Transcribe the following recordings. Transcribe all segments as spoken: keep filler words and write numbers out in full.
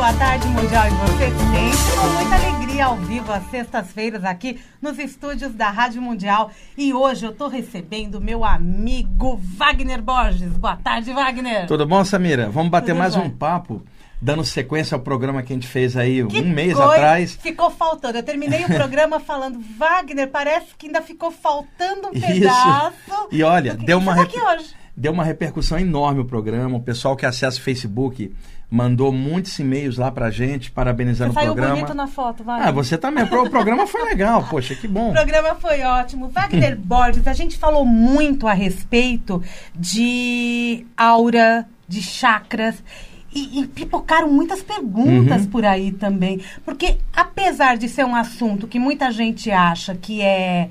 boa tarde, Mundial, e você sempre com muita alegria ao vivo às sextas-feiras aqui nos estúdios da Rádio Mundial. E hoje eu tô recebendo meu amigo Wagner Borges. Boa tarde, Wagner. Tudo bom, Samira? Vamos bater Tudo mais bem. um papo, dando sequência ao programa que a gente fez aí Que um mês coi- atrás. Ficou faltando. Eu terminei o programa falando, Wagner, parece que ainda ficou faltando um Isso. pedaço. E olha, Porque deu você uma, tá rep- aqui hoje. deu uma repercussão enorme o programa. O pessoal que acessa o Facebook mandou muitos e-mails lá pra gente, parabenizando Você o saiu programa. bonito na foto, Wagner. Ah, você também. O programa foi legal, poxa, que bom. O programa foi ótimo. Wagner Borges, a gente falou muito a respeito de aura, de chakras. E, e pipocaram muitas perguntas Uhum. por aí também. Porque, apesar de ser um assunto que muita gente acha que é,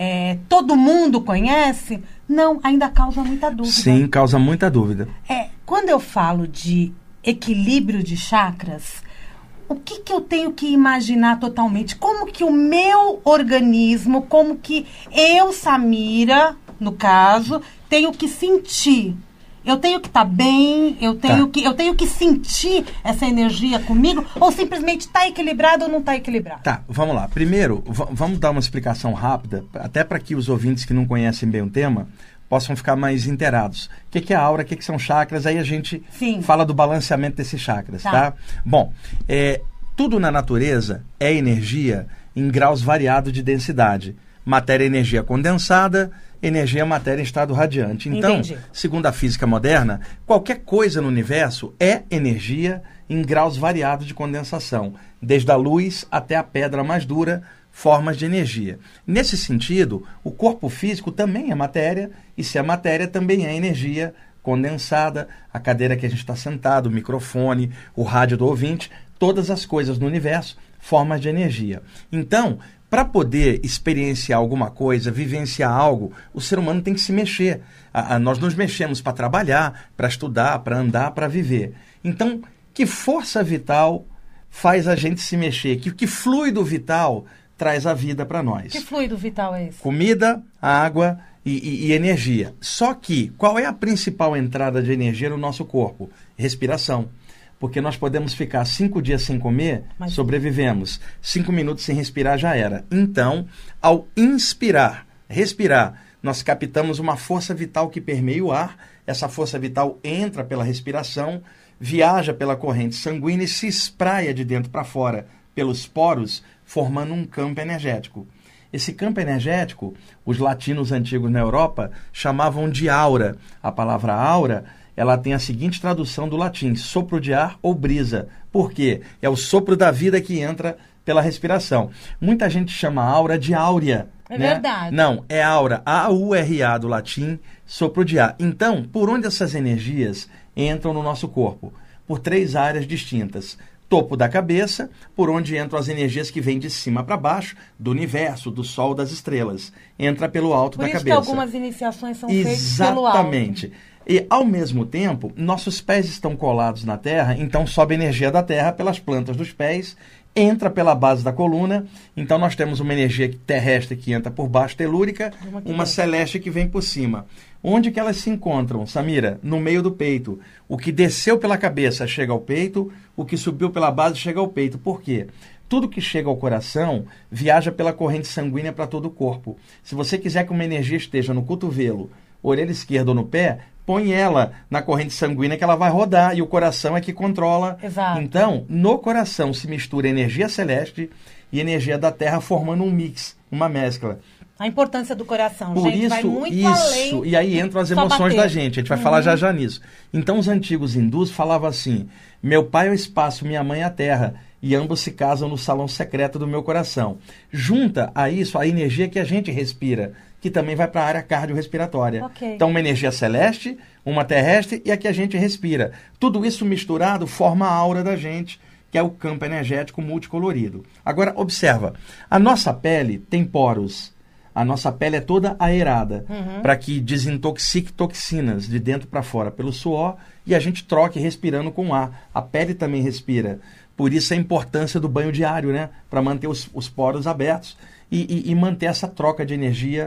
é todo mundo conhece, não, ainda causa muita dúvida. Sim, causa muita dúvida. É, quando eu falo de equilíbrio de chakras, o que, que eu tenho que imaginar totalmente? Como que o meu organismo, como que eu, Samira, no caso, tenho que sentir? Eu tenho que estar bem, eu tenho, Tá. que, eu tenho que sentir essa energia comigo, ou simplesmente está equilibrado ou não está equilibrado? Tá, vamos lá. Primeiro, v- vamos dar uma explicação rápida, até para que os ouvintes que não conhecem bem o tema possam ficar mais inteirados. O que, que é aura, o que, que são chakras, aí a gente Sim. fala do balanceamento desses chakras, Tá. tá? Bom, é, tudo na natureza é energia em graus variados de densidade. Matéria é energia condensada, energia é matéria em estado radiante. Então, Entendi. segundo a física moderna, qualquer coisa no universo é energia em graus variados de condensação, desde a luz até a pedra mais dura, formas de energia. Nesse sentido, o corpo físico também é matéria, e se é matéria, também é energia condensada, a cadeira que a gente está sentado, o microfone, o rádio do ouvinte, todas as coisas no universo, formas de energia. Então, para poder experienciar alguma coisa, vivenciar algo, o ser humano tem que se mexer. A, a, nós nos mexemos para trabalhar, para estudar, para andar, para viver. Então, que força vital faz a gente se mexer? Que, que fluido vital traz a vida para nós? Que fluido vital é esse? Comida, água e, e- e energia. Só que, qual é a principal entrada de energia no nosso corpo? Respiração. Porque nós podemos ficar cinco dias sem comer, Mas- sobrevivemos. Cinco minutos sem respirar já era. Então, ao inspirar, respirar, nós captamos uma força vital que permeia o ar. Essa força vital entra pela respiração, viaja pela corrente sanguínea e se espraia de dentro para fora, pelos poros, formando um campo energético. Esse campo energético, os latinos antigos na Europa chamavam de aura. A palavra aura, ela tem a seguinte tradução do latim: sopro de ar ou brisa. Por quê? É o sopro da vida que entra pela respiração. Muita gente chama a aura de áurea. É né? verdade. Não, é aura, A U R A do latim, sopro de ar. Então, por onde essas energias entram no nosso corpo? Por três áreas distintas. Topo da cabeça, por onde entram as energias que vêm de cima para baixo, do universo, do sol, das estrelas. Entra pelo alto Por da isso cabeça. que algumas iniciações são feitas pelo alto. Exatamente. E, ao mesmo tempo, nossos pés estão colados na terra, então sobe energia da terra pelas plantas dos pés, entra pela base da coluna, então nós temos uma energia terrestre que entra por baixo, telúrica, Uma aqui uma dentro. celeste que vem por cima. Onde que elas se encontram, Samira? No meio do peito. O que desceu pela cabeça chega ao peito, o que subiu pela base chega ao peito. Por quê? Tudo que chega ao coração viaja pela corrente sanguínea para todo o corpo. Se você quiser que uma energia esteja no cotovelo, orelha esquerda ou no pé, põe ela na corrente sanguínea que ela vai rodar e o coração é que controla. Exato. Então, no coração se mistura energia celeste e energia da terra formando um mix, uma mescla. A importância do coração, Por gente, vai isso, muito isso. além. E aí entram as só emoções bater. da gente. A gente vai falar já já nisso. Então, os antigos hindus falavam assim: meu pai é o espaço, minha mãe é a terra, e ambos se casam no salão secreto do meu coração. Junta a isso a energia que a gente respira, que também vai para a área cardiorrespiratória. Ok. Então, uma energia celeste, uma terrestre e a que a gente respira. Tudo isso misturado forma a aura da gente, que é o campo energético multicolorido. Agora, observa, a nossa pele tem poros. A nossa pele é toda aerada, Uhum. para que desintoxique toxinas de dentro para fora pelo suor e a gente troque respirando com ar. A pele também respira. Por isso a importância do banho diário, né? Para manter os, os poros abertos e, e, e manter essa troca de energia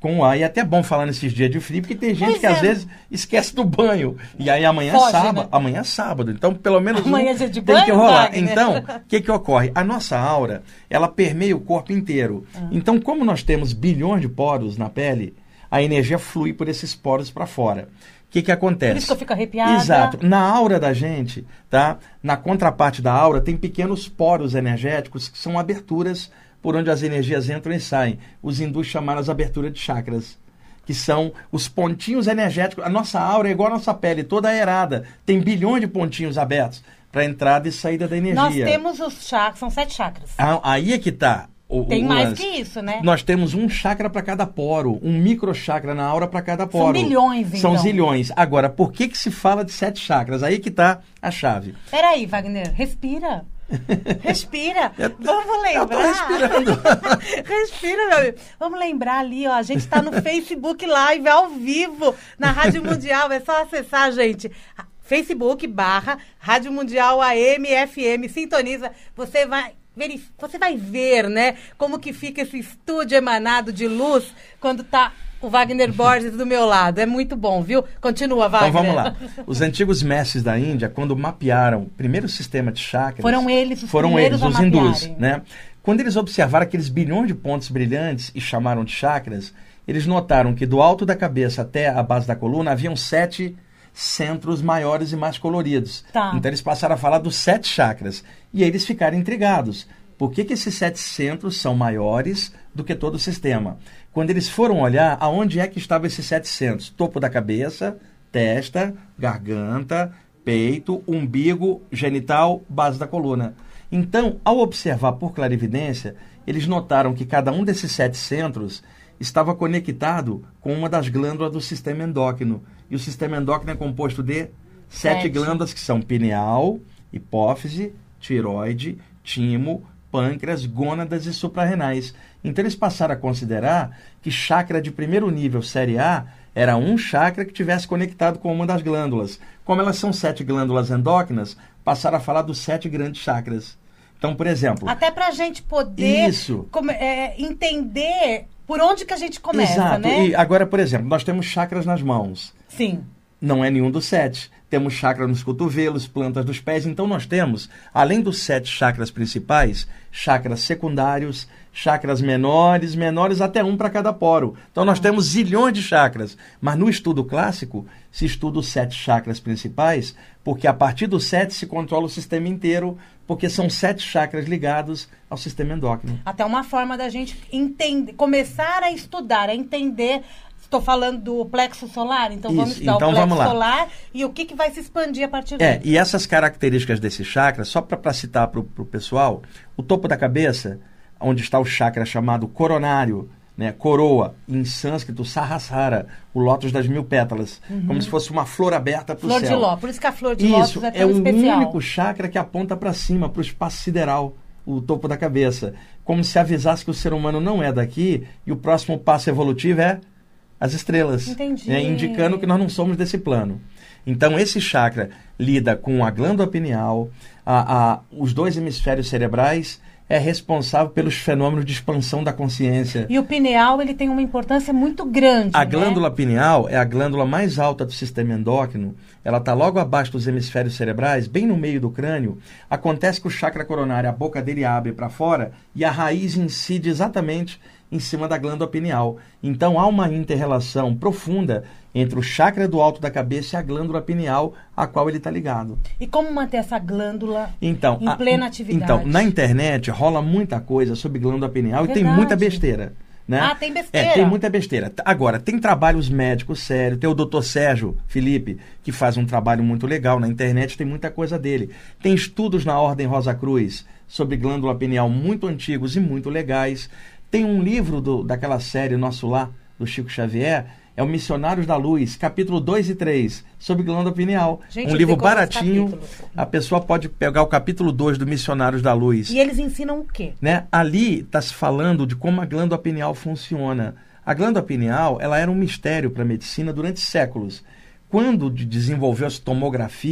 Com ar. E é até bom falar nesses dias de frio, porque tem gente Pois que é. às vezes esquece do banho. E aí amanhã Foge, é sábado. né? Amanhã é sábado. Então, pelo menos Amanhã um é dia de tem banho, que rolar. Wagner? Então, o que, que ocorre? A nossa aura, ela permeia o corpo inteiro. Ah. Então, como nós temos bilhões de poros na pele, a energia flui por esses poros para fora. O que, que acontece? Por isso que eu fico arrepiada. Exato. Na aura da gente, tá? Na contraparte da aura, tem pequenos poros energéticos que são aberturas por onde as energias entram e saem. Os hindus chamaram as aberturas de chakras, que são os pontinhos energéticos. A nossa aura é igual a nossa pele, toda aerada. Tem bilhões de pontinhos abertos para entrada e saída da energia. Nós temos os chakras, são sete chakras. Ah, aí é que tá. O, Tem o mais lance. que isso, né? Nós temos um chakra para cada poro, um microchakra na aura para cada poro. São bilhões, então. São zilhões. Agora, por que que se fala de sete chakras? Aí que tá a chave. Peraí, Wagner, respira. Respira. Eu- Vamos lembrar. eu tô respirando. Respira, meu amigo. Vamos lembrar ali, ó. A gente está no Facebook Live, ao vivo, na Rádio Mundial. É só acessar, gente. Facebook barra Rádio Mundial A M F M. Sintoniza. Você vai... verif- Você vai ver, né, como que fica esse estúdio emanado de luz quando tá o Wagner Borges do meu lado. É muito bom, viu? Continua, Wagner. Então vamos lá. Os antigos mestres da Índia, quando mapearam o primeiro sistema de chakras, Foram eles os foram primeiros eles, a os hindus, mapearem. né? Quando eles observaram aqueles bilhões de pontos brilhantes e chamaram de chakras, eles notaram que do alto da cabeça até a base da coluna haviam sete centros maiores e mais coloridos. Tá. Então eles passaram a falar dos sete chakras. E aí eles ficaram intrigados. Por que que esses sete centros são maiores do que todo o sistema? Quando eles foram olhar, aonde é que estavam esses sete centros? Topo da cabeça, testa, garganta, peito, umbigo, genital, base da coluna. Então, ao observar por clarividência, eles notaram que cada um desses sete centros estava conectado com uma das glândulas do sistema endócrino. E o sistema endócrino é composto de sete Sete. glândulas que são pineal, hipófise, tiroide, timo, pâncreas, gônadas e suprarrenais. Então eles passaram a considerar que chakra de primeiro nível, série A, era um chakra que tivesse conectado com uma das glândulas. Como elas são sete glândulas endócrinas, passaram a falar dos sete grandes chakras. Então, por exemplo... Até pra gente poder Isso. come- é, entender por onde que a gente começa, Exato. né? E agora, por exemplo, nós temos chakras nas mãos. Sim. Não é nenhum dos sete. Temos chakra nos cotovelos, plantas dos pés. Então nós temos, além dos sete chakras principais, chakras secundários, chakras menores, menores até um para cada poro. Então nós temos zilhões de chakras. Mas no estudo clássico, se estuda os sete chakras principais, porque a partir dos sete se controla o sistema inteiro, porque são sete chakras ligados ao sistema endócrino. Até uma forma da gente entender, começar a estudar, a entender. Estou falando do plexo solar, então vamos Isso, estudar então o plexo vamos lá. solar e o que, que vai se expandir a partir É, daí. e essas características desse chakra, só para citar para o pessoal, o topo da cabeça, onde está o chakra chamado coronário, né, coroa, em sânscrito, Sahasrara, o lótus das mil pétalas, como se fosse uma flor aberta para o céu. Flor de ló, por isso que a flor de Isso, lótus é tão é o especial. único chakra que aponta para cima, para o espaço sideral, o topo da cabeça. Como se avisasse que o ser humano não é daqui e o próximo passo evolutivo é as estrelas. Entendi. Né, indicando que nós não somos desse plano. Então, esse chakra lida com a glândula pineal, a, a, os dois hemisférios cerebrais, é responsável pelos fenômenos de expansão da consciência. E o pineal, ele tem uma importância muito grande, A né? glândula pineal é a glândula mais alta do sistema endócrino. Ela está logo abaixo dos hemisférios cerebrais, bem no meio do crânio. Acontece que o chakra coronário, a boca dele abre para fora e a raiz incide exatamente em cima da glândula pineal. Então há uma inter-relação profunda entre o chakra do alto da cabeça e a glândula pineal, a qual ele está ligado. E como manter essa glândula Então, em a- plena atividade? Então, na internet rola muita coisa sobre glândula pineal e tem Verdade. muita besteira. Né? Ah, tem besteira. É, tem muita besteira. Agora, tem trabalhos médicos sérios. Tem o doutor Sérgio Felipe, que faz um trabalho muito legal na internet, tem muita coisa dele. Tem estudos na Ordem Rosa Cruz sobre glândula pineal muito antigos e muito legais. Tem um livro do, daquela série Nosso Lar, do Chico Xavier, é o Missionários da Luz, capítulo dois e três, sobre glândula pineal. Gente, um livro decorou os baratinho. capítulos. A pessoa pode pegar o capítulo dois do Missionários da Luz. E eles ensinam o quê? Né? Ali está se falando de como a glândula pineal funciona. A glândula pineal ela era um mistério para a medicina durante séculos. Quando de- desenvolveu-se tomografia,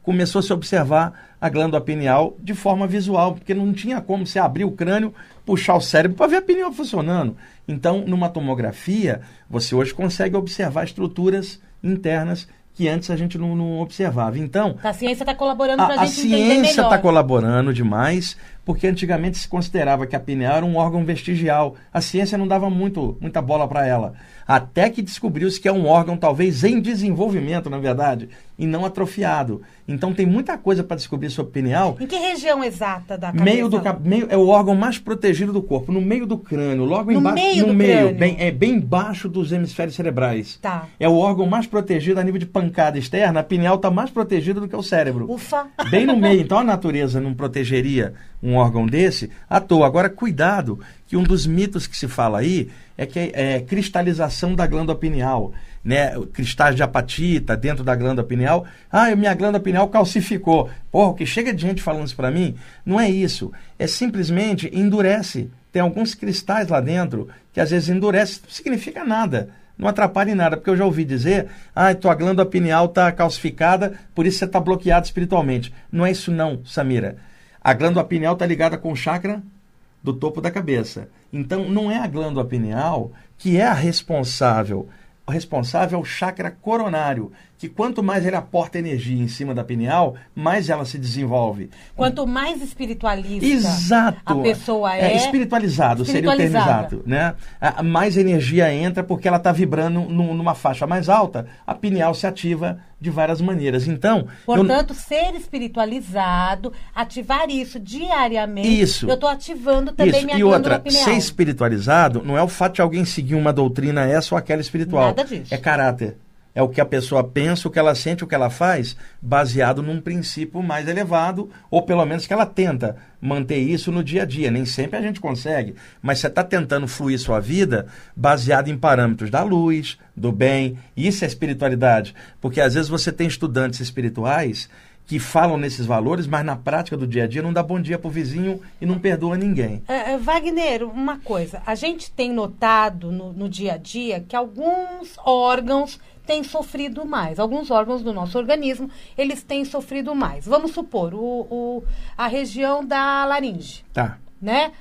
começou a se observar a glândula pineal de forma visual, porque não tinha como você abrir o crânio, puxar o cérebro para ver a pineal funcionando. Então, numa tomografia, você hoje consegue observar estruturas internas que antes a gente não, não observava. Então, a ciência está colaborando para a a gente entender melhor. A ciência está colaborando demais, porque antigamente se considerava que a pineal era um órgão vestigial. A ciência não dava muito, muita bola para ela. Até que descobriu-se que é um órgão talvez em desenvolvimento, na verdade, e não atrofiado. Então tem muita coisa para descobrir sobre pineal. Em que região exata da cabeça? Meio do meio é o órgão mais protegido do corpo, no meio do crânio, logo no embaixo, meio no do meio, crânio. bem, é bem embaixo dos hemisférios cerebrais. Tá. É o órgão mais protegido a nível de pancada externa. A pineal está mais protegida do que o cérebro. Ufa. Bem no meio. Então a natureza não protegeria um órgão desse à toa. Agora, cuidado, que um dos mitos que se fala aí é que é, é cristalização da glândula pineal, né? Cristais de apatita dentro da glândula pineal. Ah, minha glândula pineal calcificou. Porra, o que chega de gente falando isso para mim, não é isso. É simplesmente endurece. Tem alguns cristais lá dentro que às vezes endurece. Não significa nada. Não atrapalha em nada, porque eu já ouvi dizer, ah, tua glândula pineal está calcificada, por isso você está bloqueado espiritualmente. Não é isso não, Samira. A glândula pineal está ligada com o chakra do topo da cabeça. Então, não é a glândula pineal que é a responsável. O responsável é o chakra coronário, que quanto mais ele aporta energia em cima da pineal, mais ela se desenvolve. Quanto mais espiritualista Exato. a pessoa é... é espiritualizado, seria o termo exato. Né? A, mais energia entra porque ela está vibrando num, numa faixa mais alta, a pineal se ativa de várias maneiras. Então, portanto, eu... ser espiritualizado, ativar isso diariamente, isso. eu estou ativando também isso. minha e glândula outra, pineal. Ser espiritualizado não é o fato de alguém seguir uma doutrina essa ou aquela espiritual. Nada disso. É caráter. É o que a pessoa pensa, o que ela sente, o que ela faz, baseado num princípio mais elevado, ou pelo menos que ela tenta manter isso no dia a dia. Nem sempre a gente consegue, mas você está tentando fluir sua vida baseado em parâmetros da luz, do bem. Isso é espiritualidade. Porque às vezes você tem estudantes espirituais que falam nesses valores, mas na prática do dia a dia não dá bom dia pro vizinho e não perdoa ninguém. É, Wagner, uma coisa, a gente tem notado no, no dia a dia que alguns órgãos têm sofrido mais. Alguns órgãos do nosso organismo, eles têm sofrido mais. Vamos supor, o, o, a região da laringe. Tá. Né?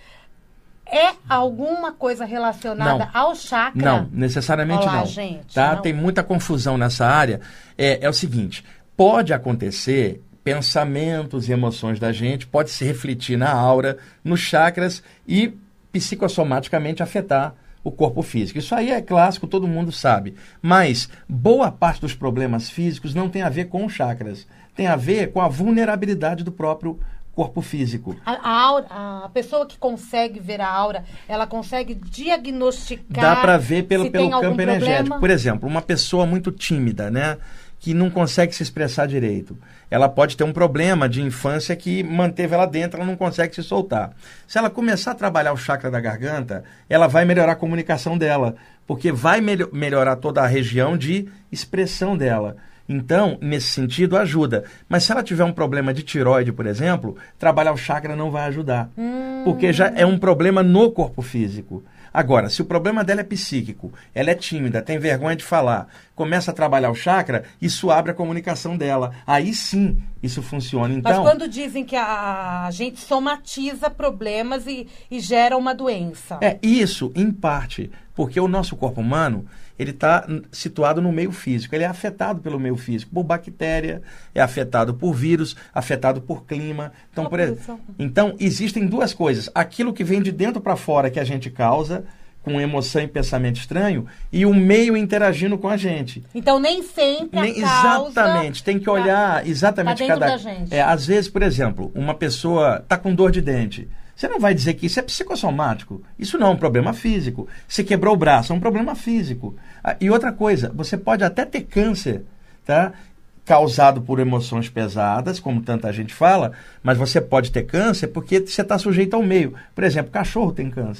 É alguma coisa relacionada não. ao chakra? Não, necessariamente Olá, não. Gente, tá? não. Tem muita confusão nessa área. É, é o seguinte, pode acontecer pensamentos e emoções da gente, pode se refletir na aura, nos chakras e psicossomaticamente afetar o corpo físico. Isso aí é clássico, todo mundo sabe. Mas boa parte dos problemas físicos não tem a ver com os chakras. Tem a ver com a vulnerabilidade do próprio corpo físico. A, a, aura, a pessoa que consegue ver a aura, ela consegue diagnosticar... Dá para ver pelo, se pelo tem campo energético. problema. Por exemplo, uma pessoa muito tímida, né? Que não consegue se expressar direito. Ela pode ter um problema de infância que manteve ela dentro, ela não consegue se soltar. Se ela começar a trabalhar o chakra da garganta, ela vai melhorar a comunicação dela, porque vai melho- melhorar toda a região de expressão dela. Então, nesse sentido, ajuda. Mas se ela tiver um problema de tireoide, por exemplo, trabalhar o chakra não vai ajudar. Hum. Porque já é um problema no corpo físico. Agora, se o problema dela é psíquico, ela é tímida, tem vergonha de falar, começa a trabalhar o chakra, isso abre a comunicação dela. Aí sim, isso funciona. Então, mas quando dizem que a, a gente somatiza problemas e, e gera uma doença? É isso, em parte, porque o nosso corpo humano, ele está situado no meio físico, ele é afetado pelo meio físico, por bactéria, é afetado por vírus, afetado por clima. Então, por exemplo, então existem duas coisas, aquilo que vem de dentro para fora que a gente causa, com emoção e pensamento estranho, e o meio interagindo com a gente. Então, nem sempre a nem, causa... Exatamente, tem que olhar tá, exatamente tá dentro cada... da gente. É, às vezes, por exemplo, uma pessoa está com dor de dente. Você não vai dizer que isso é psicossomático. Isso não é um problema físico. Se quebrou o braço, é um problema físico. Ah, e outra coisa, você pode até ter câncer, tá? Causado por emoções pesadas, como tanta gente fala, mas você pode ter câncer porque você está sujeito ao meio. Por exemplo, cachorro tem câncer.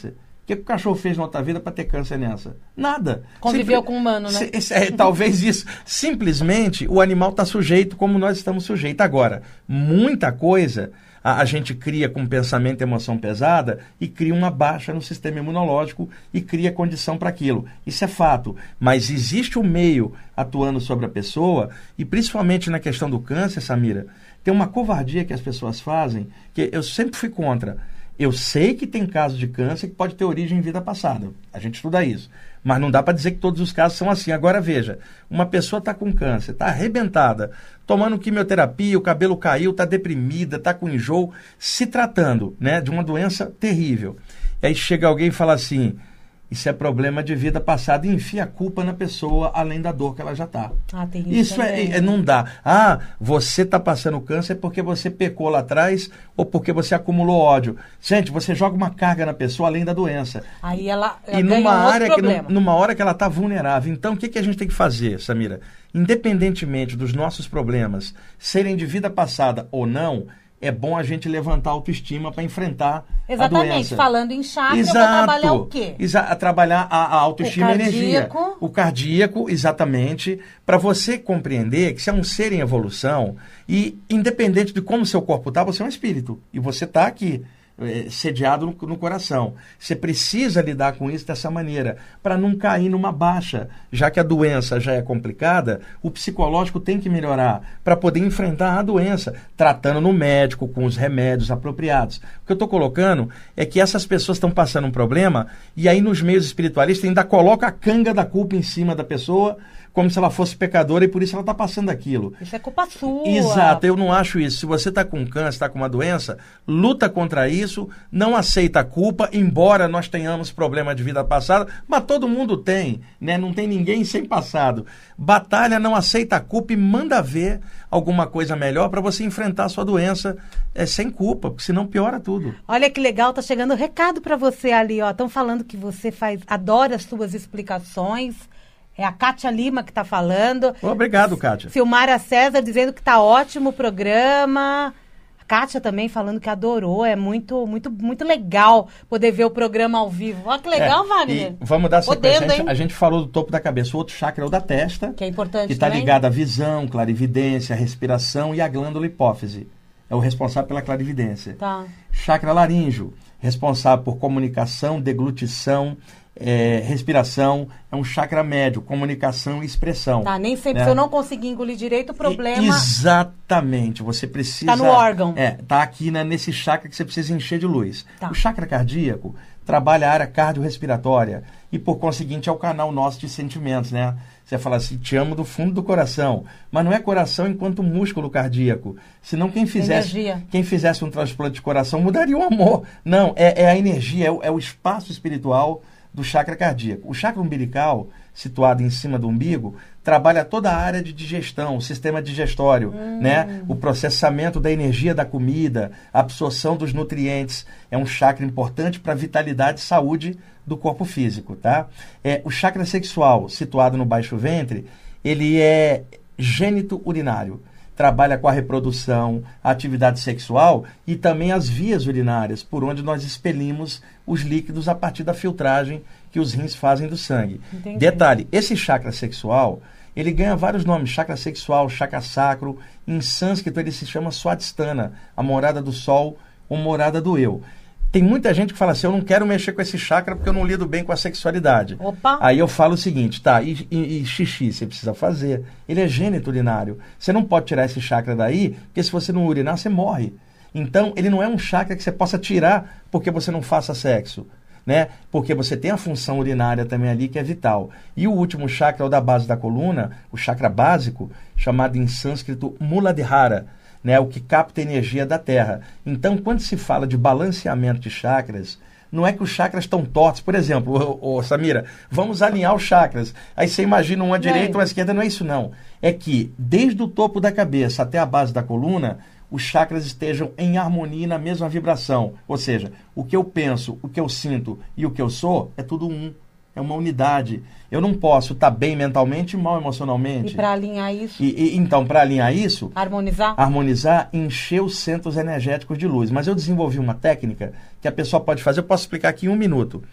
que o cachorro fez na outra vida para ter câncer nessa? Nada. Conviveu Simpli- com o humano, né? Se- é, talvez isso. Simplesmente o animal está sujeito como nós estamos sujeitos. Agora, muita coisa a, a gente cria com pensamento e emoção pesada e cria uma baixa no sistema imunológico e cria condição para aquilo. Isso é fato. Mas existe um meio atuando sobre a pessoa e principalmente na questão do câncer, Samira, tem uma covardia que as pessoas fazem que eu sempre fui contra. Eu sei que tem casos de câncer que pode ter origem em vida passada. A gente estuda isso. Mas não dá para dizer que todos os casos são assim. Agora veja, uma pessoa está com câncer, está arrebentada, tomando quimioterapia, o cabelo caiu, está deprimida, está com enjoo, se tratando, né, de uma doença terrível. E aí chega alguém e fala assim, isso é problema de vida passada e enfia a culpa na pessoa além da dor que ela já está. Ah, tem isso Isso é, também. é- não dá. Ah, você está passando câncer porque você pecou lá atrás ou porque você acumulou ódio. Gente, você joga uma carga na pessoa além da doença. Aí ela, ela E ganha numa, um outro área que, problema. nu- numa hora que ela está vulnerável. Então, o que, que a gente tem que fazer, Samira? Independentemente dos nossos problemas serem de vida passada ou não, é bom a gente levantar a autoestima para enfrentar a Exatamente. doença. Falando em chakra, eu vou Exato. trabalhar o quê? Exa a trabalhar a, a autoestima O e a energia. cardíaco. O cardíaco, exatamente, para você compreender que você é um ser em evolução e, independente de como seu corpo está, você é um espírito. E você está aqui, eh, sediado no, no coração. Você precisa lidar com isso dessa maneira, para não cair numa baixa. Já que a doença já é complicada, o psicológico tem que melhorar para poder enfrentar a doença, tratando no médico, com os remédios apropriados. O que eu estou colocando é que essas pessoas estão passando um problema e aí nos meios espiritualistas ainda coloca a canga da culpa em cima da pessoa, como se ela fosse pecadora e por isso ela está passando aquilo. Isso é culpa sua. Exato, eu não acho isso. Se você está com câncer, está com uma doença, luta contra isso, não aceita a culpa, embora nós tenhamos problema de vida passada, mas todo mundo tem, né? Não tem ninguém sem passado. Batalha, não aceita a culpa e manda ver alguma coisa melhor para você enfrentar a sua doença é, sem culpa, porque senão piora tudo. Olha que legal, tá chegando um recado para você ali, ó. Estão falando que você faz, adora as suas explicações. É a Kátia Lima que está falando. Obrigado, Kátia. Silmara César dizendo que está ótimo o programa. A Kátia também falando que adorou. É muito, muito, muito legal poder ver o programa ao vivo. Olha que legal, É, Wagner. e vamos dar sequência. Podendo, a, gente, hein? a gente falou do topo da cabeça. O outro chakra é o da testa. Que é importante Que está também. ligado à visão, clarividência, respiração e à glândula hipófise. É o responsável pela clarividência. Tá. Chakra laríngeo, responsável por comunicação, deglutição, é, respiração. É um chakra médio, comunicação e expressão. Tá, nem sempre. né? Se eu não conseguir engolir direito, o problema... E- Exatamente. Você precisa... Tá no órgão. É, tá aqui na, nesse chakra que você precisa encher de luz. Tá. O chakra cardíaco trabalha a área cardiorrespiratória e, por conseguinte, é o canal nosso de sentimentos, né? Você fala assim, te amo do fundo do coração. Mas não é coração enquanto músculo cardíaco. Senão quem fizesse, Energia. quem fizesse um transplante de coração mudaria o amor. Não, é, é a energia, é o, é o espaço espiritual do chakra cardíaco. O chakra umbilical, situado em cima do umbigo, trabalha toda a área de digestão, o sistema digestório, Hum. né? O processamento da energia da comida, a absorção dos nutrientes. É um chakra importante para a vitalidade e saúde do corpo físico, tá? É, o chakra sexual, situado no baixo ventre, ele é gênito urinário. Trabalha com a reprodução, a atividade sexual e também as vias urinárias, por onde nós expelimos os líquidos a partir da filtragem que os rins fazem do sangue. Entendi. Detalhe, esse chakra sexual, ele ganha vários nomes, chakra sexual, chakra sacro, em sânscrito ele se chama Swadhisthana, a morada do sol ou morada do eu. Tem muita gente que fala assim, eu não quero mexer com esse chakra porque eu não lido bem com a sexualidade. Opa! Aí eu falo o seguinte, tá, e, e, e xixi você precisa fazer. Ele é gênito urinário. Você não pode tirar esse chakra daí, porque se você não urinar, você morre. Então, ele não é um chakra que você possa tirar porque você não faça sexo, né? Porque você tem a função urinária também ali que é vital. E o último chakra é o da base da coluna, o chakra básico, chamado em sânscrito Muladhara, né, o que capta a energia da Terra. Então, quando se fala de balanceamento de chakras, não é que os chakras estão tortos. Por exemplo, ô, ô, Samira, vamos alinhar os chakras. Aí você imagina uma direita e uma esquerda. Não é isso, não. É que, desde o topo da cabeça até a base da coluna, os chakras estejam em harmonia e na mesma vibração. Ou seja, o que eu penso, o que eu sinto e o que eu sou é tudo um. É uma unidade. Eu não posso estar bem mentalmente e mal emocionalmente. E para alinhar isso, E, e, então, para alinhar isso, harmonizar, harmonizar, encher os centros energéticos de luz. Mas eu desenvolvi uma técnica que a pessoa pode fazer, eu posso explicar aqui em um minuto.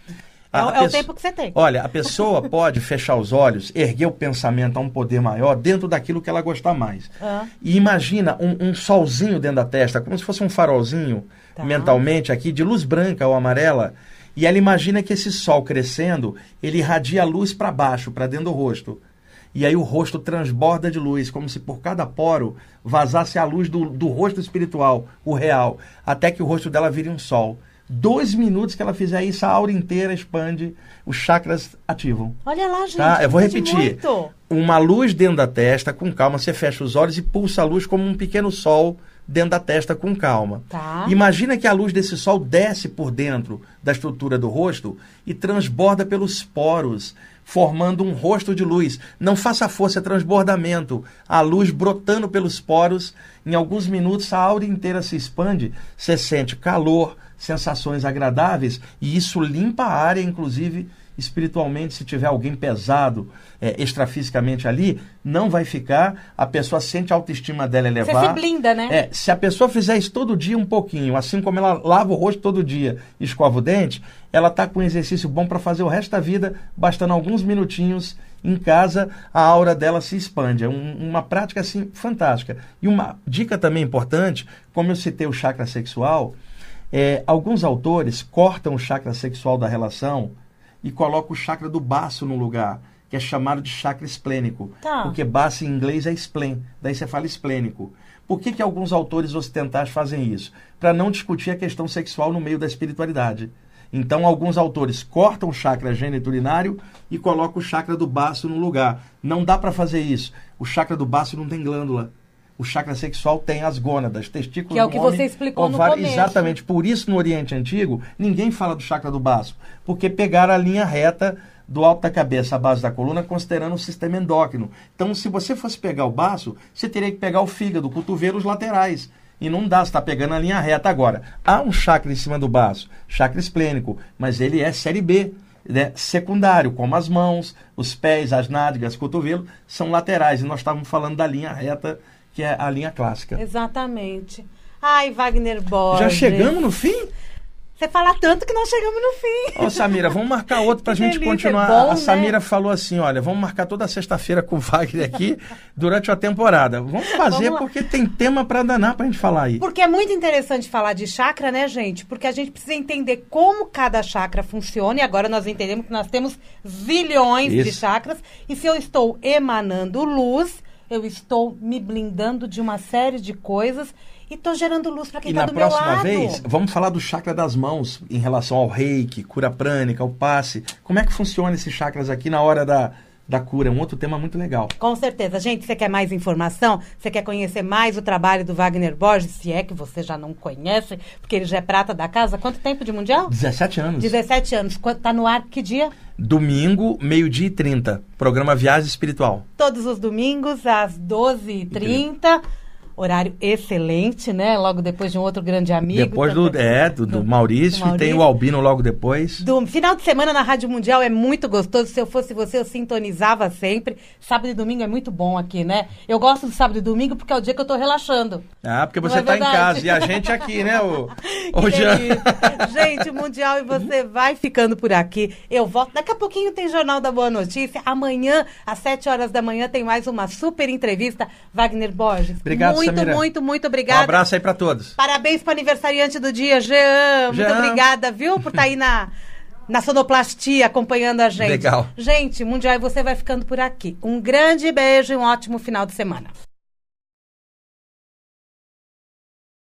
É, o, é o tempo que você tem. Olha, a pessoa pode fechar os olhos, erguer o pensamento a um poder maior dentro daquilo que ela gostar mais. Ah. E imagina um, um solzinho dentro da testa, como se fosse um farolzinho, tá, mentalmente aqui, de luz branca ou amarela. E ela imagina que esse sol crescendo, ele irradia a luz para baixo, para dentro do rosto. E aí o rosto transborda de luz, como se por cada poro vazasse a luz do, do rosto espiritual, o real, até que o rosto dela vire um sol. Dois minutos que ela fizer isso, a aura inteira expande, os chakras ativam. Olha lá, gente. Tá? Eu vou repetir. Muito. Uma luz dentro da testa, com calma, você fecha os olhos e pulsa a luz como um pequeno sol dentro da testa com calma. Tá. Imagina que a luz desse sol desce por dentro da estrutura do rosto e transborda pelos poros, formando um rosto de luz. Não faça força, é transbordamento. A luz brotando pelos poros, em alguns minutos a aura inteira se expande, você sente calor, sensações agradáveis, e isso limpa a área, inclusive espiritualmente. Se tiver alguém pesado é, extrafisicamente ali, não vai ficar, a pessoa sente a autoestima dela elevar. Você se blinda, né? É, se a pessoa fizer isso todo dia um pouquinho, assim como ela lava o rosto todo dia e escova o dente, ela está com um exercício bom para fazer o resto da vida, bastando alguns minutinhos em casa, a aura dela se expande. É um, uma prática assim fantástica. E uma dica também importante, como eu citei o chakra sexual, é, alguns autores cortam o chakra sexual da relação e colocam o chakra do baço no lugar, que é chamado de chakra esplênico. Tá. Porque baço em inglês é spleen, daí você fala esplênico. Por que que alguns autores ocidentais fazem isso? Para não discutir a questão sexual no meio da espiritualidade. Então, alguns autores cortam o chakra geniturinário e colocam o chakra do baço no lugar. Não dá para fazer isso. O chakra do baço não tem glândula. O chakra sexual tem as gônadas, testículos que é o do que homem, você explicou ovário, no começo. Exatamente. Por isso, no Oriente Antigo, ninguém fala do chakra do baço, porque pegaram a linha reta do alto da cabeça à base da coluna, considerando o sistema endócrino. Então, se você fosse pegar o baço, você teria que pegar o fígado, o cotovelo, os laterais. E não dá, você está pegando a linha reta agora. Há um chakra em cima do baço, chakra esplênico, mas ele é série B. Né, secundário, como as mãos, os pés, as nádegas, o cotovelo, são laterais. E nós estávamos falando da linha reta, que é a linha clássica. Exatamente. Ai, Wagner Borges. Já chegamos no fim? Você fala tanto que nós chegamos no fim. Ô, Samira, vamos marcar outro pra gente delícia, continuar. é bom, a Samira né? falou assim, olha, vamos marcar toda sexta-feira com o Wagner aqui durante a temporada. Vamos fazer vamos porque tem tema pra danar pra gente falar aí. Porque é muito interessante falar de chakra, né, gente? Porque a gente precisa entender como cada chakra funciona. E agora nós entendemos que nós temos zilhões Isso. de chakras. E se eu estou emanando luz, eu estou me blindando de uma série de coisas e estou gerando luz para quem está do meu lado. E na próxima vez, vamos falar do chakra das mãos em relação ao reiki, cura prânica, ao passe. Como é que funciona esses chakras aqui na hora da, da cura? É um outro tema muito legal. Com certeza. Gente, você quer mais informação? Você quer conhecer mais o trabalho do Wagner Borges? Se é que você já não conhece, porque ele já é prata da casa. Quanto tempo de Mundial? dezessete anos. dezessete anos. Está no ar que dia? Domingo, meio-dia e trinta. Programa Viagem Espiritual. Todos os domingos, às doze e trinta. Horário excelente, né? Logo depois de um outro grande amigo. Depois do, é, do, do, do, Maurício, do Maurício, e tem o Albino logo depois. Do final de semana na Rádio Mundial é muito gostoso. Se eu fosse você, eu sintonizava sempre. Sábado e domingo é muito bom aqui, né? Eu gosto do sábado e domingo porque é o dia que eu tô relaxando. Ah, porque você tá em casa e a gente aqui, né? O, o Jean. Gente, o Mundial e você vai ficando por aqui. Eu volto. Daqui a pouquinho tem Jornal da Boa Notícia. Amanhã, às sete horas da manhã, tem mais uma super entrevista. Wagner Borges. Obrigado, muito Muito, Samira. muito, muito obrigada. Um abraço aí pra todos. Parabéns pro aniversariante do dia, Jean. Jean. Muito obrigada, viu, por estar aí na, na sonoplastia acompanhando a gente. Legal. Gente, Mundial e você vai ficando por aqui. Um grande beijo e um ótimo final de semana.